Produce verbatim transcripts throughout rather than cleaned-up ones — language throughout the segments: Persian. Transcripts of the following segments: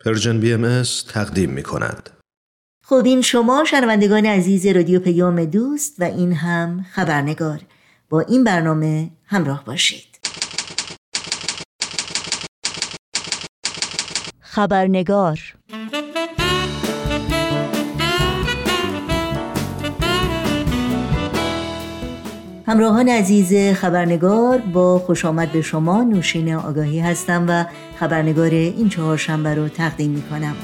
پرژن بی ام اس تقدیم می کند. خب این شما شنوندگان عزیز رادیو پیام دوست و این هم خبرنگار. با این برنامه همراه باشید. خبرنگار. همراهان عزیز خبرنگار، با خوش آمد به شما نوشین آگاهی هستم و خبرنگار این چهارشنبه رو تقدیم می کنم.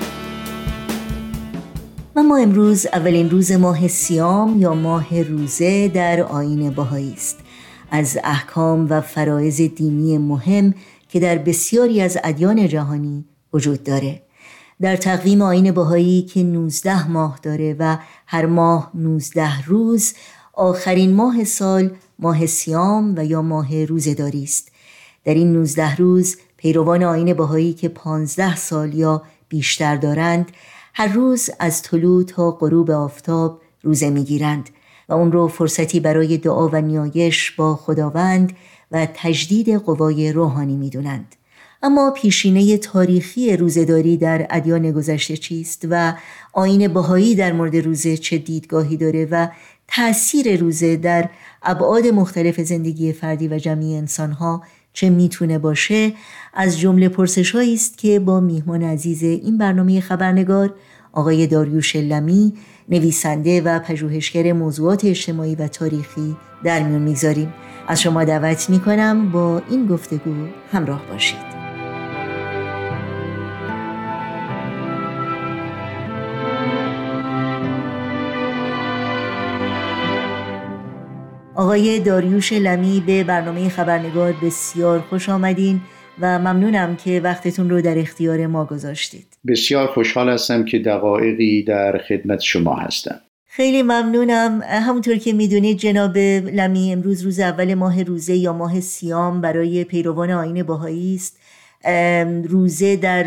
و ما امروز اولین روز ماه سیام یا ماه روزه در آیین بهایی است. از احکام و فرایض دینی مهم که در بسیاری از ادیان جهانی وجود داره. در تقویم آیین بهایی که نوزده ماه داره و هر ماه نوزده روز، آخرین ماه سال ماه سیام و یا ماه روزه‌داری است. در این نوزده روز پیروان آیین بهایی که پانزده سال یا بیشتر دارند هر روز از طلوع تا غروب آفتاب روزه میگیرند و اون رو فرصتی برای دعا و نیایش با خداوند و تجدید قوای روحانی میدونند. اما پیشینه تاریخی روزه‌داری در ادیان گذشته چیست و آیین بهایی در مورد روزه چه دیدگاهی داره و تأثیر روزه در ابعاد مختلف زندگی فردی و جمعی انسانها چه میتونه باشه، از جمله پرسش‌هایی است که با میهمان عزیز این برنامه خبرنگار آقای داریوش لمی، نویسنده و پژوهشگر موضوعات اجتماعی و تاریخی در میون میگذاریم. از شما دعوت میکنم با این گفتگو همراه باشید. آقای داریوش لمی، به برنامه خبرنگار بسیار خوش آمدین و ممنونم که وقتتون رو در اختیار ما گذاشتید. بسیار خوشحال هستم که دقایقی در خدمت شما هستم. خیلی ممنونم. همونطور که میدونید جناب لمی، امروز روز اول ماه روزه یا ماه سیام برای پیروان آیین بهایی است. روزه در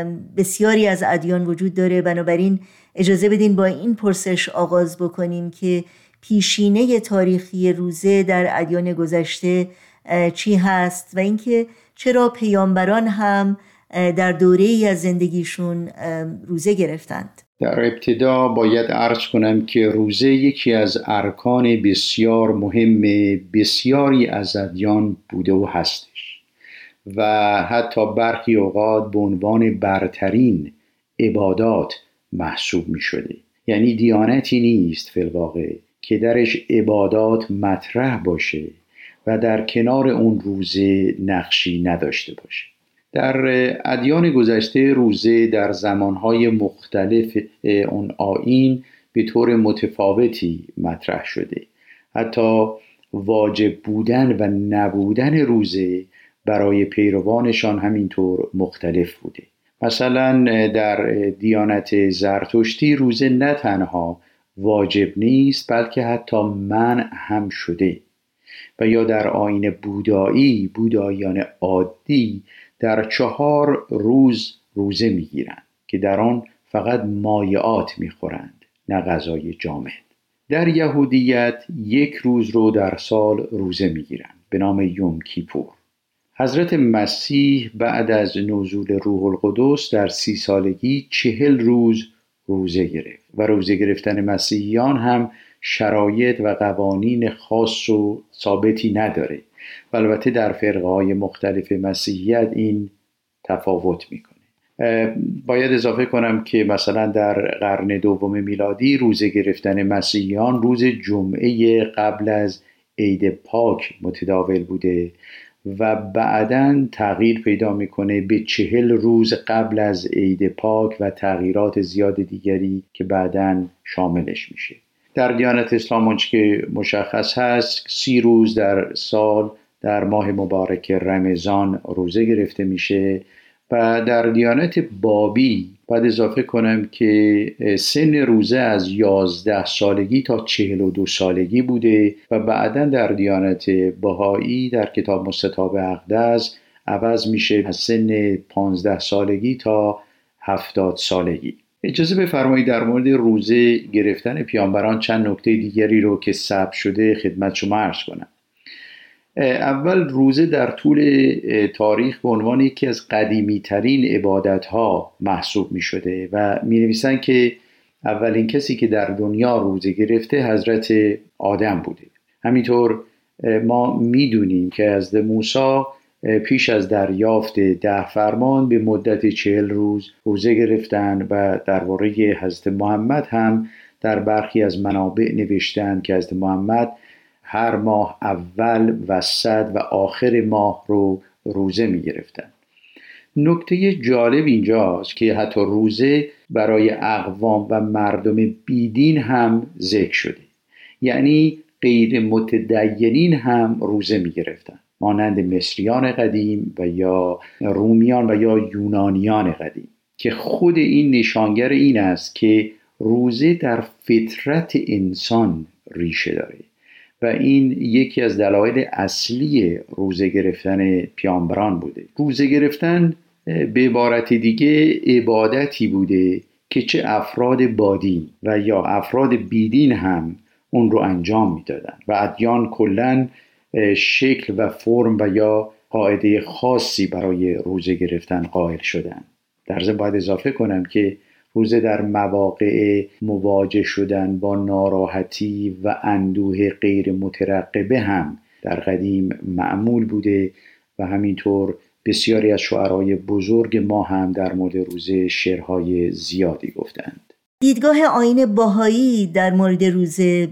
بسیاری از ادیان وجود داره، بنابراین اجازه بدین با این پرسش آغاز بکنیم که پیشینه تاریخی روزه در ادیان گذشته چی هست و اینکه چرا پیامبران هم در دوره‌ای از زندگیشون روزه گرفتند. در ابتدا باید عرض کنم که روزه یکی از ارکان بسیار مهم بسیاری از ادیان بوده و هستش و حتی برخی اوقات به عنوان برترین عبادات محسوب می شده. یعنی دیانتی نیست فی الواقع که درش عبادات مطرح باشه و در کنار اون روزه نقشی نداشته باشه. در ادیان گذشته روزه در زمانهای مختلف اون آیین به طور متفاوتی مطرح شده. حتی واجب بودن و نبودن روزه برای پیروانشان همینطور مختلف بوده. مثلا در دیانت زرتشتی روزه نه تنها واجب نیست بلکه حتی منع هم شده و یا در آیین بودایی بوداییان عادی در چهار روز روزه میگیرند که در آن فقط مایعات میخورند نه غذای جامد. در یهودیت یک روز رو در سال روزه میگیرند به نام یوم کیپور. حضرت مسیح بعد از نزول روح القدس در سی سالگی چهل روز روزه گرفت و روزه گرفتن مسیحیان هم شرایط و قوانین خاص و ثابتی نداره و البته در فرقه‌های مختلف مسیحیت این تفاوت میکنه. باید اضافه کنم که مثلا در قرن دوم میلادی روزه گرفتن مسیحیان روز جمعه قبل از عید پاک متداول بوده و بعداً تغییر پیدا میکنه به چهل روز قبل از عید پاک و تغییرات زیاد دیگری که بعداً شاملش میشه. در دیانت اسلام آنچه که مشخص هست سی روز در سال در ماه مبارک رمضان روزه گرفته میشه و در دیانت بابی باید اضافه کنم که سن روزه از یازده سالگی تا چهل و دو سالگی بوده و بعداً در دیانت بهایی در کتاب مستطاب اقدس عوض میشه از سن پانزده سالگی تا هفتاد سالگی. اجازه بفرمایید در مورد روزه گرفتن پیامبران چند نکته دیگری رو که ثبت شده خدمت شما عرض کنم. اول روزه در طول تاریخ به عنوان یکی از قدیمی ترین عبادت ها محسوب می شده و می نویسن که اولین کسی که در دنیا روزه گرفته حضرت آدم بوده. همینطور ما می دونیم که حضرت موسی پیش از دریافت ده فرمان به مدت چهل روز روزه گرفتند و درباره حضرت محمد هم در برخی از منابع نوشتند که حضرت محمد هر ماه اول، وسط و آخر ماه رو روزه می گرفتن. نکته جالب اینجاست که حتی روزه برای اقوام و مردم بیدین هم ذکر شده، یعنی غیر متدینین هم روزه می گرفتن، مانند مصریان قدیم و یا رومیان و یا یونانیان قدیم، که خود این نشانگر این است که روزه در فطرت انسان ریشه داره و این یکی از دلایل اصلی روزه گرفتن پیامبران بوده. روزه گرفتن به عبارت دیگه عبادتی بوده که چه افراد بادین و یا افراد بیدین هم اون رو انجام میدادن و ادیان کلن شکل و فرم و یا قاعده خاصی برای روزه گرفتن قائل شدن. در ضمن باید اضافه کنم که روزه در مواقع مواجه شدن با ناراحتی و اندوه غیر مترقبه هم در قدیم معمول بوده و همینطور بسیاری از شعرای بزرگ ما هم در مورد روزه شعرهای زیادی گفتند. دیدگاه آیین باهایی در مورد روزه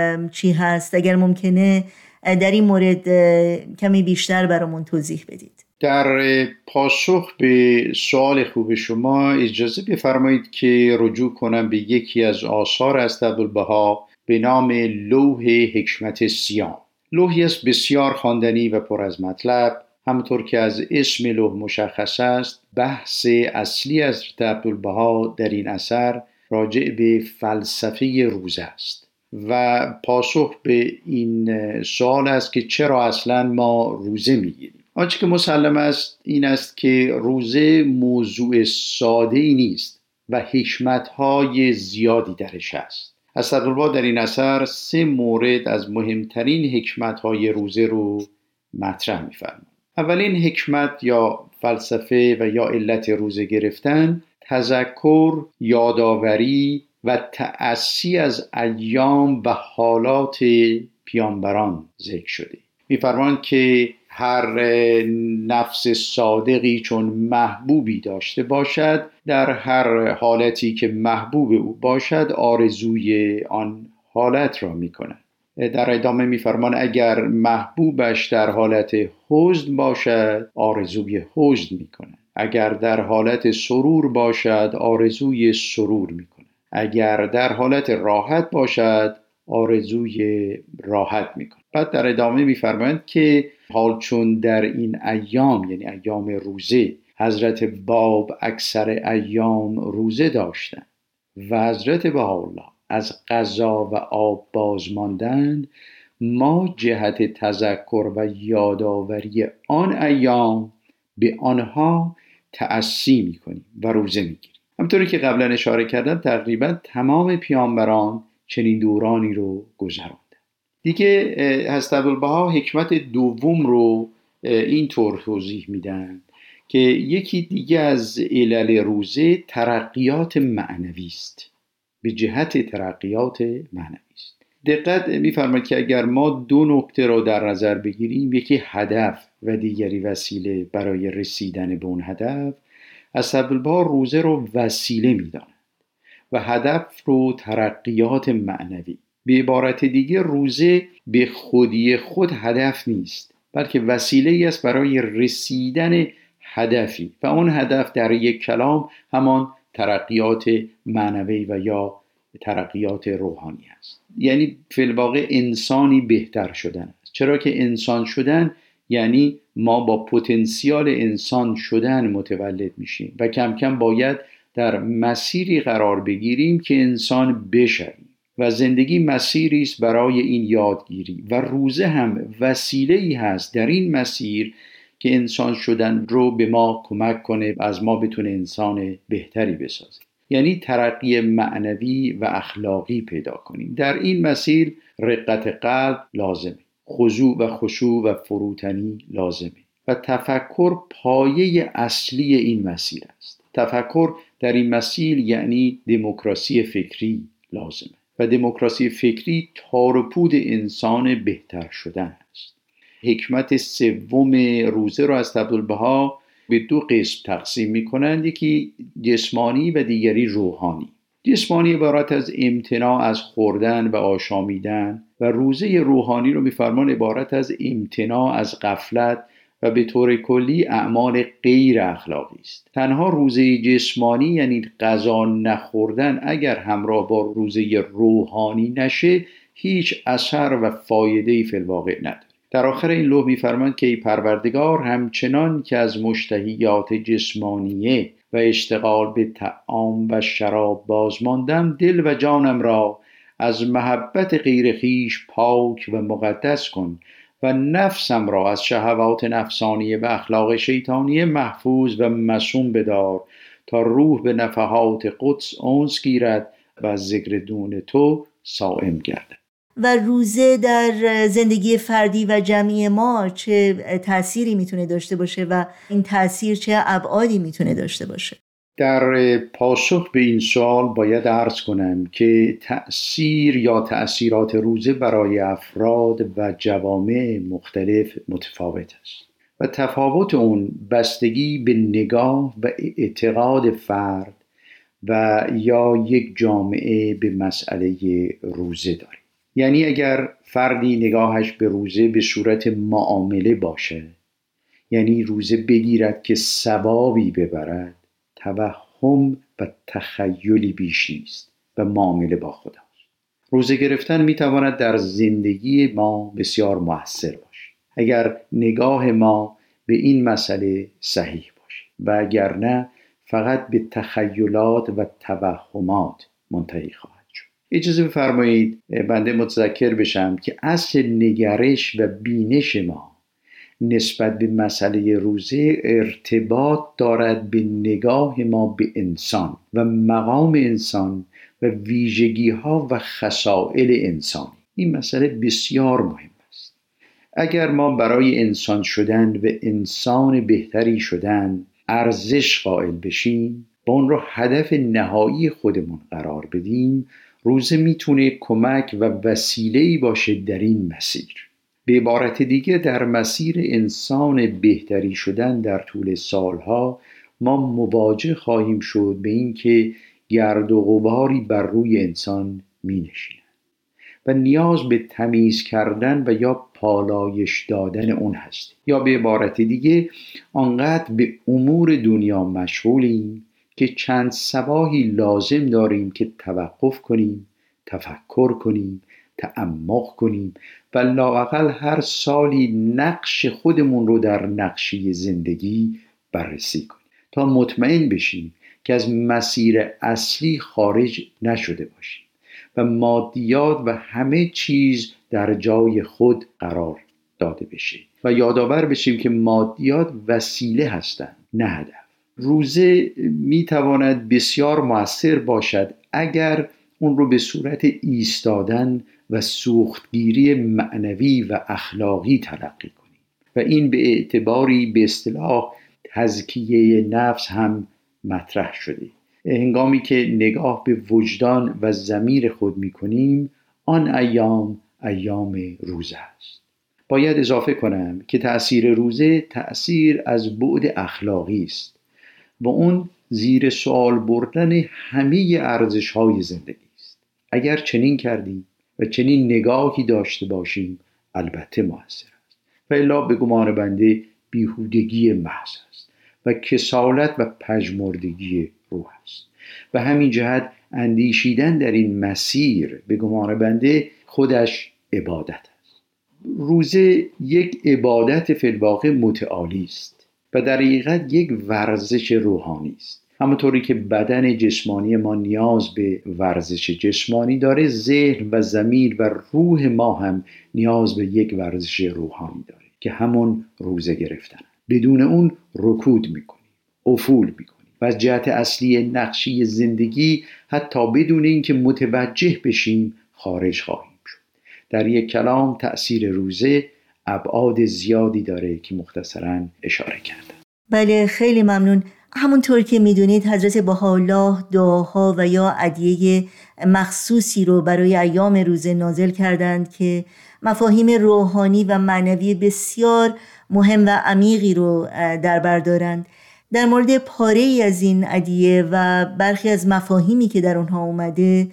چی هست؟ اگر ممکنه در این مورد کمی بیشتر برامون توضیح بدید. در پاسخ به سوال خوب شما اجازه بفرمایید که رجوع کنم به یکی از آثار از عبدالبها به نام لوح حکمت سیام. لوحی است بسیار خواندنی و پر از مطلب. همونطور که از اسم لوح مشخص است، بحث اصلی از عبدالبها در این اثر راجع به فلسفه روزه است و پاسخ به این سوال است که چرا اصلا ما روزه میگیریم. آنچه که مسلم است این است که روزه موضوع ساده ای نیست و حکمت‌های زیادی درش است. اسدالله در این اثر سه مورد از مهمترین حکمت‌های روزه رو مطرح می‌فرماید. اولین حکمت یا فلسفه و یا علت روزه گرفتن تذکر، یادآوری و تأسی از ایام و حالات پیامبران ذکر شده. می‌فرمایند که هر نفس صادقی چون محبوبی داشته باشد، در هر حالتی که محبوب او باشد آرزوی آن حالت را می‌کند. در ادامه می‌فرمایند اگر محبوبش در حالت حزن باشد آرزوی حزن می‌کند، اگر در حالت سرور باشد آرزوی سرور می‌کند، اگر در حالت راحت باشد آرزوی راحت می‌کند. بعد در ادامه می‌فرمایند که حال چون در این ایام یعنی ایام روزه حضرت باب اکثر ایام روزه داشتند و حضرت بهاءالله از غذا و آب باز ماندند، ما جهت تذکر و یادآوری آن ایام به آنها تأسی می‌کنیم و روزه می‌گیریم. همونطوری که قبلا اشاره کردم تقریبا تمام پیامبران چنین دورانی رو گذراندند. دیگه حضرت عبدالبها حکمت دوم رو این طور توضیح میدن که یکی دیگه از علل روزه ترقیات معنوی است، به جهت ترقیات معنوی است. دقت می‌فرمایید که اگر ما دو نکته رو در نظر بگیریم، یکی هدف و دیگری وسیله برای رسیدن به اون هدف، از عبدالبها روزه رو وسیله میدانند و هدف رو ترقیات معنوی. به عبارت دیگه روزه به خودی خود هدف نیست، بلکه وسیله است برای رسیدن هدفی و اون هدف در یک کلام همان ترقیات معنوی و یا ترقیات روحانی است. یعنی فی الواقع انسانی بهتر شدن است. چرا که انسان شدن یعنی ما با پتانسیال انسان شدن متولد میشیم و کم کم باید در مسیری قرار بگیریم که انسان بشویم و زندگی مسیری است برای این یادگیری و روزه هم وسیله‌ای هست در این مسیر که انسان شدن رو به ما کمک کنه و از ما بتونه انسان بهتری بسازه. یعنی ترقی معنوی و اخلاقی پیدا کنیم. در این مسیر رقت قلب لازمه. خضوع و خشوع و فروتنی لازمه و تفکر پایه اصلی این مسیر است. تفکر در این مسیر یعنی دموکراسی فکری لازمه و دموکراسی فکری تار و پود انسان بهتر شدن است. حکمت سوم روزه را از عبدالبها به دو قسم تقسیم می کنند، یکی جسمانی و دیگری روحانی. جسمانی عبارت از امتناع از خوردن و آشامیدن و روزه روحانی رو می‌فرمان عبارت از امتناع از غفلت و به طور کلی اعمال غیر اخلاقی است. تنها روزه جسمانی یعنی غذا نخوردن اگر همراه با روزه روحانی نشه هیچ اثر و فایده‌ای فی الواقع نداره. در آخر این لوح می‌فرماند که ای پروردگار، همچنان که از مشتهیات جسمانیه و اشتغال به طعام و شراب باز ماندم، دل و جانم را از محبت غیر خویش پاک و مقدس کن و نفسم را از شهوات نفسانیه و اخلاق شیطانیه محفوظ و معصوم بدار تا روح به نفحات قدس انس گیرد و از ذکر دون تو صائم گردد. و روزه در زندگی فردی و جمعی ما چه تأثیری میتونه داشته باشه و این تأثیر چه ابعادی میتونه داشته باشه؟ در پاسخ به این سوال باید عرض کنم که تأثیر یا تأثیرات روزه برای افراد و جوامع مختلف متفاوت است و تفاوت اون بستگی به نگاه و اعتقاد فرد و یا یک جامعه به مسئله روزه داره. یعنی اگر فردی نگاهش به روزه به صورت معامله باشه، یعنی روزه بگیرد که ثوابی ببرد، توهم و تخیلی بیش نیست و معامله با خداست. روزه گرفتن میتواند در زندگی ما بسیار مؤثر باشه اگر نگاه ما به این مسئله صحیح باشه و اگر نه فقط به تخیلات و توهمات منتهی خواهد. اجازه بفرمایید بنده متذکر بشم که اصل نگرش و بینش ما نسبت به مسئله روزه ارتباط دارد به نگاه ما به انسان و مقام انسان و ویژگی ها و خصائل انسانی. این مسئله بسیار مهم است. اگر ما برای انسان شدن و انسان بهتری شدن ارزش قائل بشیم، با اون رو هدف نهایی خودمون قرار بدیم، روزه میتونه کمک و وسیله‌ای باشه در این مسیر. به عبارت دیگه در مسیر انسان بهتری شدن در طول سالها ما مواجه خواهیم شد به این که گرد و غباری بر روی انسان می نشیند و نیاز به تمیز کردن و یا پالایش دادن اون هست. یا به عبارت دیگه آنقدر به امور دنیا مشغولیم که چند صباحی لازم داریم که توقف کنیم، تفکر کنیم، تعمق کنیم و لااقل هر سالی نقش خودمون رو در نقشه زندگی بررسی کنیم تا مطمئن بشیم که از مسیر اصلی خارج نشده باشیم و مادیات و همه چیز در جای خود قرار داده بشه و یادآور بشیم که مادیات وسیله هستند نه هدف. روزه میتواند بسیار مؤثر باشد اگر اون رو به صورت ایستادن و سوختگیری معنوی و اخلاقی تلقی کنیم و این به اعتباری به اصطلاح تزکیه نفس هم مطرح شده. هنگامی که نگاه به وجدان و ضمیر خود میکنیم، آن ایام ایام روزه است. باید اضافه کنم که تأثیر روزه تأثیر از بعد اخلاقی است و اون زیر سوال بردن همه ارزش‌های زندگی است. اگر چنین کردیم و چنین نگاهی داشته باشیم البته موثر است و الا به گمان بنده بیهودگی محض است و کسالت و پژمردگی روح است و همین جهت اندیشیدن در این مسیر به گمان بنده خودش عبادت است. روزه یک عبادت فی الواقع متعالی است و در حقیقت یک ورزش روحانی است. همونطوری که بدن جسمانی ما نیاز به ورزش جسمانی داره، ذهن و ضمیر و روح ما هم نیاز به یک ورزش روحانی داره که همون روزه گرفتن. بدون اون رکود میکنیم، افول میکنیم و از جهت اصلی نقشی زندگی حتی بدون اینکه متوجه بشیم خارج خواهیم شد. در یک کلام تأثیر روزه ابعاد زیادی داره که مختصراً اشاره کردم. بله، خیلی ممنون. همونطور که میدونید حضرت بهاءالله دعاها و یا ادعیه مخصوصی رو برای ایام روزه نازل کردند که مفاهیم روحانی و معنوی بسیار مهم و عمیقی رو در بر دارند. در مورد پاره ای از این ادعیه و برخی از مفاهیمی که در اونها اومده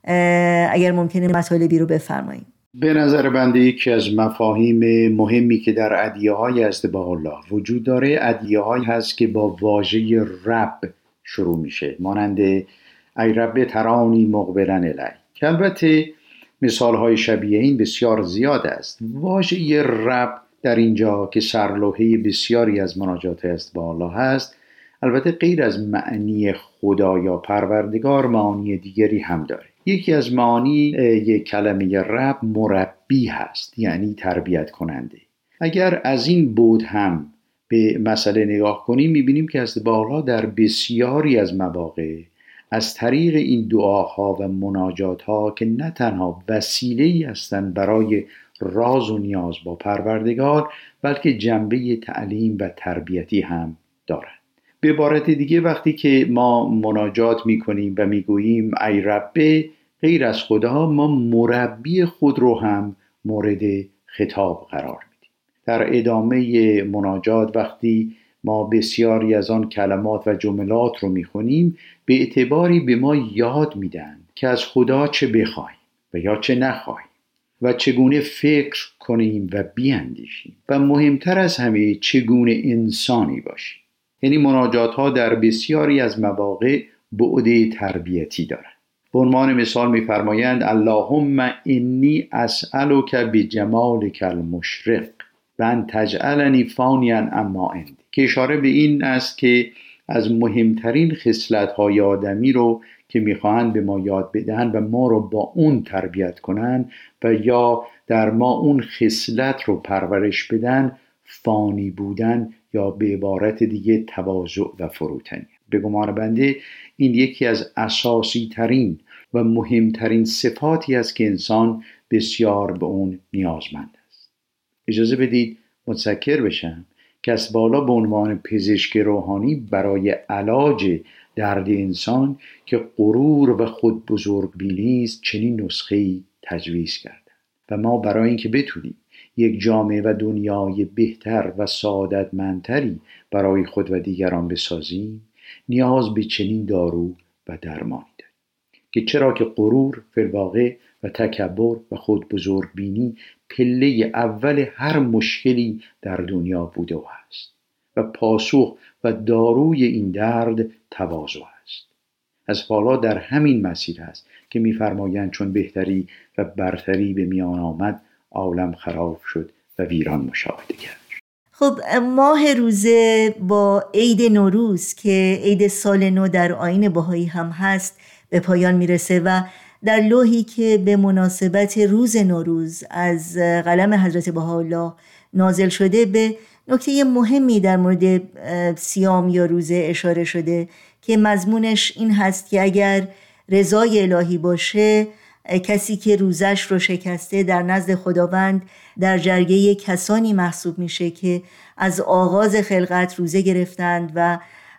اگر ممکنه مطالبی رو بفرمایید. به نظر بنده یکی از مفاهیم مهمی که در ادعیه‌های حضرت بهاءالله وجود داره ادعیه‌هایی هست که با واژه رب شروع میشه، مانند ای رب ترانی مقبلا الی، که البته مثال‌های شبیه این بسیار زیاد است. واژه رب در اینجا که سرلوحه بسیاری از مناجات حضرت بهاءالله هست، البته غیر از معنی خدا یا پروردگار معانی دیگری هم داره. یکی از معانی یک کلمه رب مربی هست، یعنی تربیت کننده. اگر از این بود هم به مسئله نگاه کنیم میبینیم که حضرت بهاءالله در بسیاری از مواقع از طریق این دعاها و مناجاتها که نه تنها وسیله‌ای هستند برای راز و نیاز با پروردگار، بلکه جنبه تعلیم و تربیتی هم دارند. به عبارت دیگه وقتی که ما مناجات میکنیم و میگوییم ای ربه، غیر از خدا ما مربی خود رو هم مورد خطاب قرار میدیم. در ادامه مناجات وقتی ما بسیاری از آن کلمات و جملات رو میخونیم، به اعتباری به ما یاد میدن که از خدا چه بخوایم و یا چه نخواهیم و چگونه فکر کنیم و بیاندیشیم و مهمتر از همه چگونه انسانی باشیم. یعنی مناجات ها در بسیاری از مواقع بعد تربیتی دارند. به عنوان مثال می‌فرمایند اللهم انی اسألک بجمالک المشرق و ان تجعلنی فانیا اما عندی، که اشاره به این است که از مهمترین خصلت‌های آدمی رو که می‌خواهند به ما یاد بدهند و ما رو با اون تربیت کنند و یا در ما اون خصلت رو پرورش بدن، فانی بودن یا به عبارت دیگه تواضع و فروتنی. به گمان بنده این یکی از اساسی ترین و مهمترین صفاتی است که انسان بسیار به اون نیازمند است. اجازه بدید متذکر بشم که از بالا به عنوان پزشک روحانی برای علاج درد انسان که غرور و خود بزرگ بینی است چنین نسخه‌ای تجویز کرده و ما برای اینکه بتونیم یک جامعه و دنیای بهتر و سعادتمندتری برای خود و دیگران بسازیم نیاز به چنین دارو و درمانی داریم که چرا که غرور فی‌الواقع و تکبر و خود بزرگ بینی پله اول هر مشکلی در دنیا بوده و هست و پاسخ و داروی این درد تواضع است. از بالا در همین مسیر است که می‌فرمایند چون بهتری و برتری به میان آمد عالم خراب شد و ویران مشاهده کرد. خب ماه روزه با عید نوروز که عید سال نو در آیین بهایی هم هست به پایان میرسه و در لوحی که به مناسبت روز نوروز از قلم حضرت بهاءالله نازل شده به نکته مهمی در مورد صیام یا روزه اشاره شده که مضمونش این هست که اگر رضای الهی باشه کسی که روزش رو شکسته در نزد خداوند در جرگه کسانی محسوب میشه که از آغاز خلقت روزه گرفتند و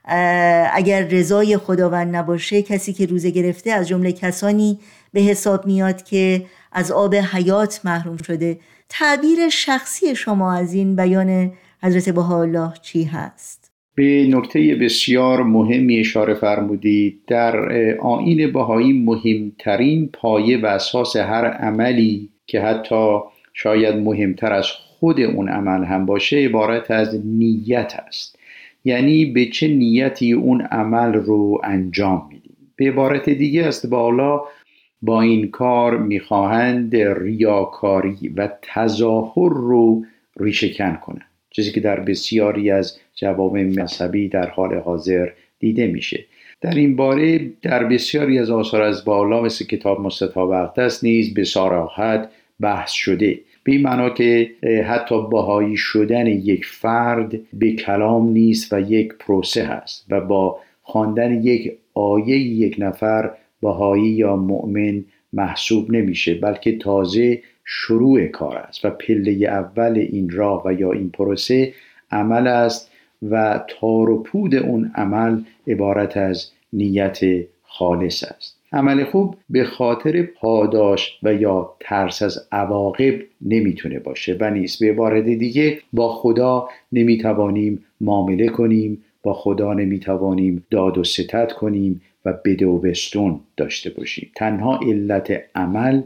اگر رضای خداوند نباشه کسی که روزه گرفته از جمله کسانی به حساب میاد که از آب حیات محروم شده. تعبیر شخصی شما از این بیان حضرت بهاءالله چی هست؟ به نکته بسیار مهمی اشاره فرمودید. در آیین بهایی مهمترین پایه و اساس هر عملی که حتی شاید مهمتر از خود اون عمل هم باشه عبارت از نیت است. یعنی به چه نیتی اون عمل رو انجام میدیم. به عبارت دیگه است بهاءالله با این کار میخواهند ریاکاری و تظاهر رو ریشه‌کن کنند، چیزی که در بسیاری از جوامع مذهبی در حال حاضر دیده میشه. در این باره در بسیاری از آثار از بهاءالله مثل کتاب مستطاب اقدس نیز به صراحت بحث شده، به این معنا که حتی بهایی شدن یک فرد به کلام نیست و یک پروسه هست و با خواندن یک آیه یک نفر بهایی یا مؤمن محسوب نمیشه، بلکه تازه شروع کار است و پله اول این راه و یا این پروسه عمل است و تار و پود اون عمل عبارت از نیت خالص است. عمل خوب به خاطر پاداش و یا ترس از عواقب نمیتونه باشه و نیست. به عبارت دیگه با خدا نمیتوانیم معامله کنیم، با خدا نمیتوانیم داد و ستد کنیم و بده و بستون داشته باشیم. تنها علت عمل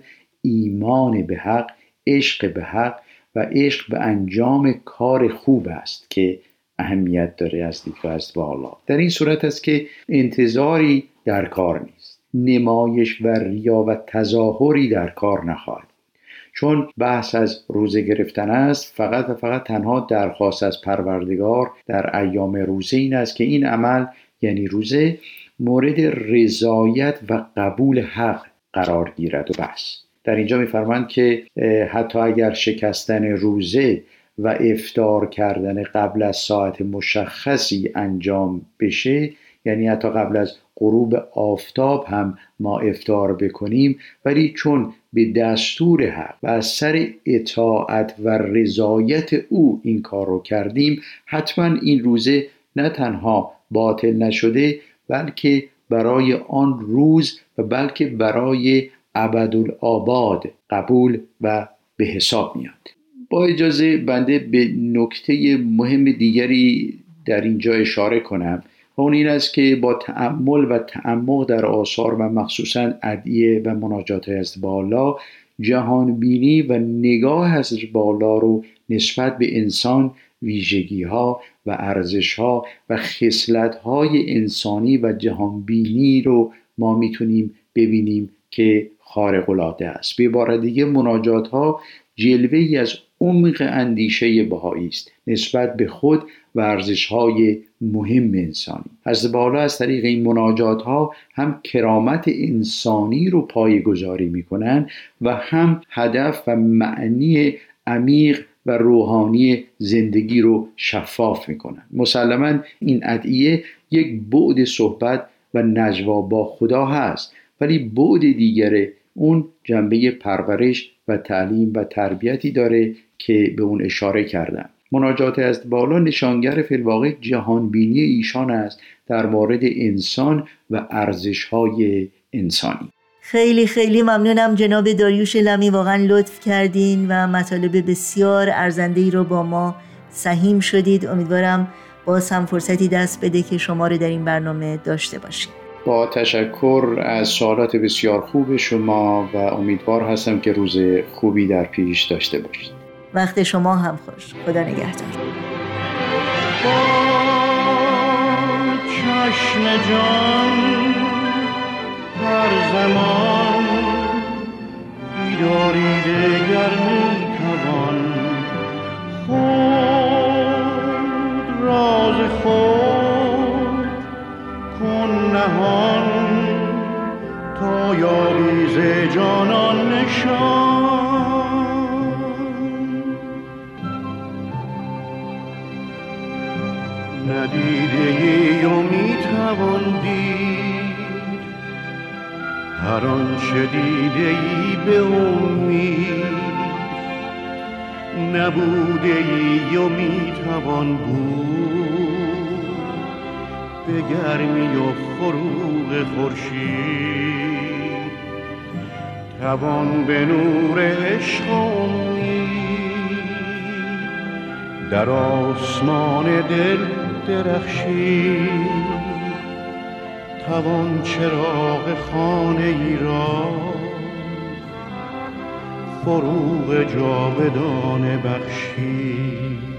ایمان به حق، عشق به حق و عشق به انجام کار خوب است که اهمیت داره از دیدگاه از بالا. در این صورت است که انتظاری در کار نیست، نمایش و ریا و تظاهری در کار نخواهد، چون بحث از روزه گرفتن است. فقط و فقط تنها درخواست از پروردگار در ایام روزه این است که این عمل یعنی روزه مورد رضایت و قبول حق قرار گیرد. و بس در اینجا می‌فرمایند که حتی اگر شکستن روزه و افطار کردن قبل از ساعت مشخصی انجام بشه، یعنی حتی قبل از غروب آفتاب هم ما افطار بکنیم، ولی چون به دستور حق و از سر اطاعت و رضایت او این کار رو کردیم، حتما این روزه نه تنها باطل نشده بلکه برای آن روز و بلکه برای ابدالآباد قبول و به حساب میاد. با اجازه بنده به نکته مهم دیگری در اینجا اشاره کنم و اون این است که با تأمل و تعمق در آثار و مخصوصاً ادعیه و مناجات حضرت بالا، جهان بینی و نگاه حضرت بالا رو نسبت به انسان، ویژگی ها و ارزش ها و خصلت های انسانی و جهان بینی رو ما میتونیم ببینیم که خارق العاده است. به عبارت دیگه مناجات ها جلوه‌ای از عمق اندیشه بهایی است نسبت به خود و ارزش‌های مهم انسانی. حضرت بالا از طریق این مناجات ها هم کرامت انسانی رو پایه‌گذاری می‌کنند و هم هدف و معنی عمیق و روحانی زندگی رو شفاف می‌کنند. مسلماً این ادعیه یک بعد صحبت و نجوا با خدا هست، ولی بعد دیگر اون جنبه پرورش و تعلیم و تربیتی داره که به اون اشاره کردم. مناجات از بالا نشانگر فی الواقع جهان بینی ایشان است در مورد انسان و ارزش‌های انسانی. خیلی خیلی ممنونم جناب داریوش لمی، واقعا لطف کردین و مطالب بسیار ارزنده‌ای رو با ما سهیم شدید. امیدوارم باز هم فرصتی دست بده که شما رو در این برنامه داشته باشیم. با تشکر از سوالات بسیار خوب شما و امیدوار هستم که روز خوبی در پیش داشته باشید. وقت شما هم خوش. خدا نگهدار. با چشم جان هر زمان بیداری دگر میتوان خود راز خود کن نهان تا یابی ز جانان نشان. ندیده ای و میتوان دید هر آنچه دیده ای به امید، نبوده ای و میتوان بود به گرمی و فروغ خورشید، توان به نور عشق امید در آسمان دل درخشید، توان چراغ خانه ای را فروغ جاودانه بخشید.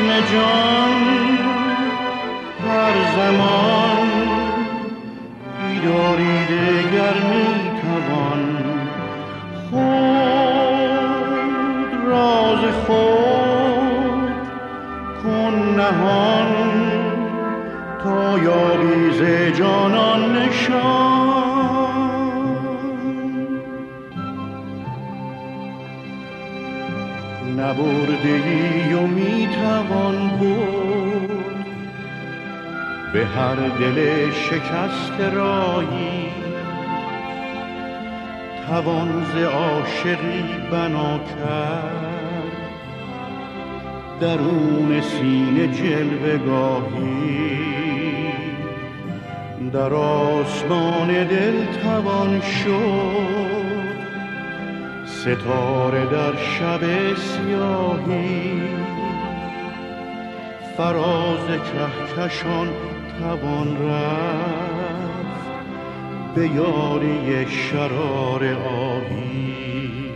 چشم جان هر زمان بیداری دگر میتوان خود راز خود کن نهان تا یابی ز جانان نشان. نبرده‌ای و میتوان برد به هر دل شکست رایی، توان ز عاشقی بنا کرد درون سینه جلوه گاهی، در آسمان دل توان شد ستاره در شب سیاهی، فراز کهکشان توان رفت به یاری شرار آهی.